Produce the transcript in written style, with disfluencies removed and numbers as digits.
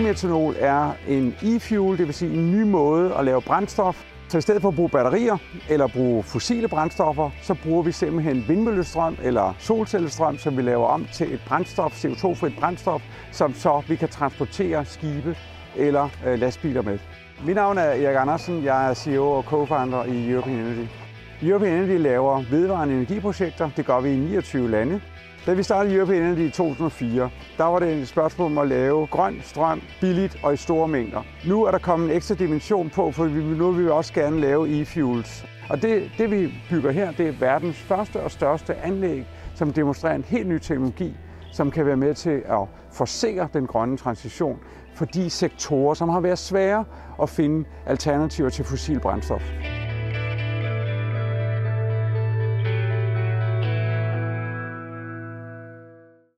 Bioetanol er en e-fuel, det vil sige en ny måde at lave brændstof. Så i stedet for at bruge batterier eller bruge fossile brændstoffer, så bruger vi simpelthen vindmøllestrøm eller solcellestrøm, som vi laver om til et brændstof, CO2-frit brændstof, som så vi kan transportere skibe eller lastbiler med. Mit navn er Erik Andersen, jeg er CEO og co-founder i European Energy. European Energy laver vedvarende energiprojekter, det gør vi i 29 lande. Da vi startede European Energy i 2004, der var det et spørgsmål om at lave grøn strøm billigt og i store mængder. Nu er der kommet en ekstra dimension på, for nu vil vi også gerne lave e-fuels. Og det vi bygger her, det er verdens første og største anlæg, som demonstrerer en helt ny teknologi, som kan være med til at forcere den grønne transition for de sektorer, som har været svære at finde alternativer til fossil brændstof.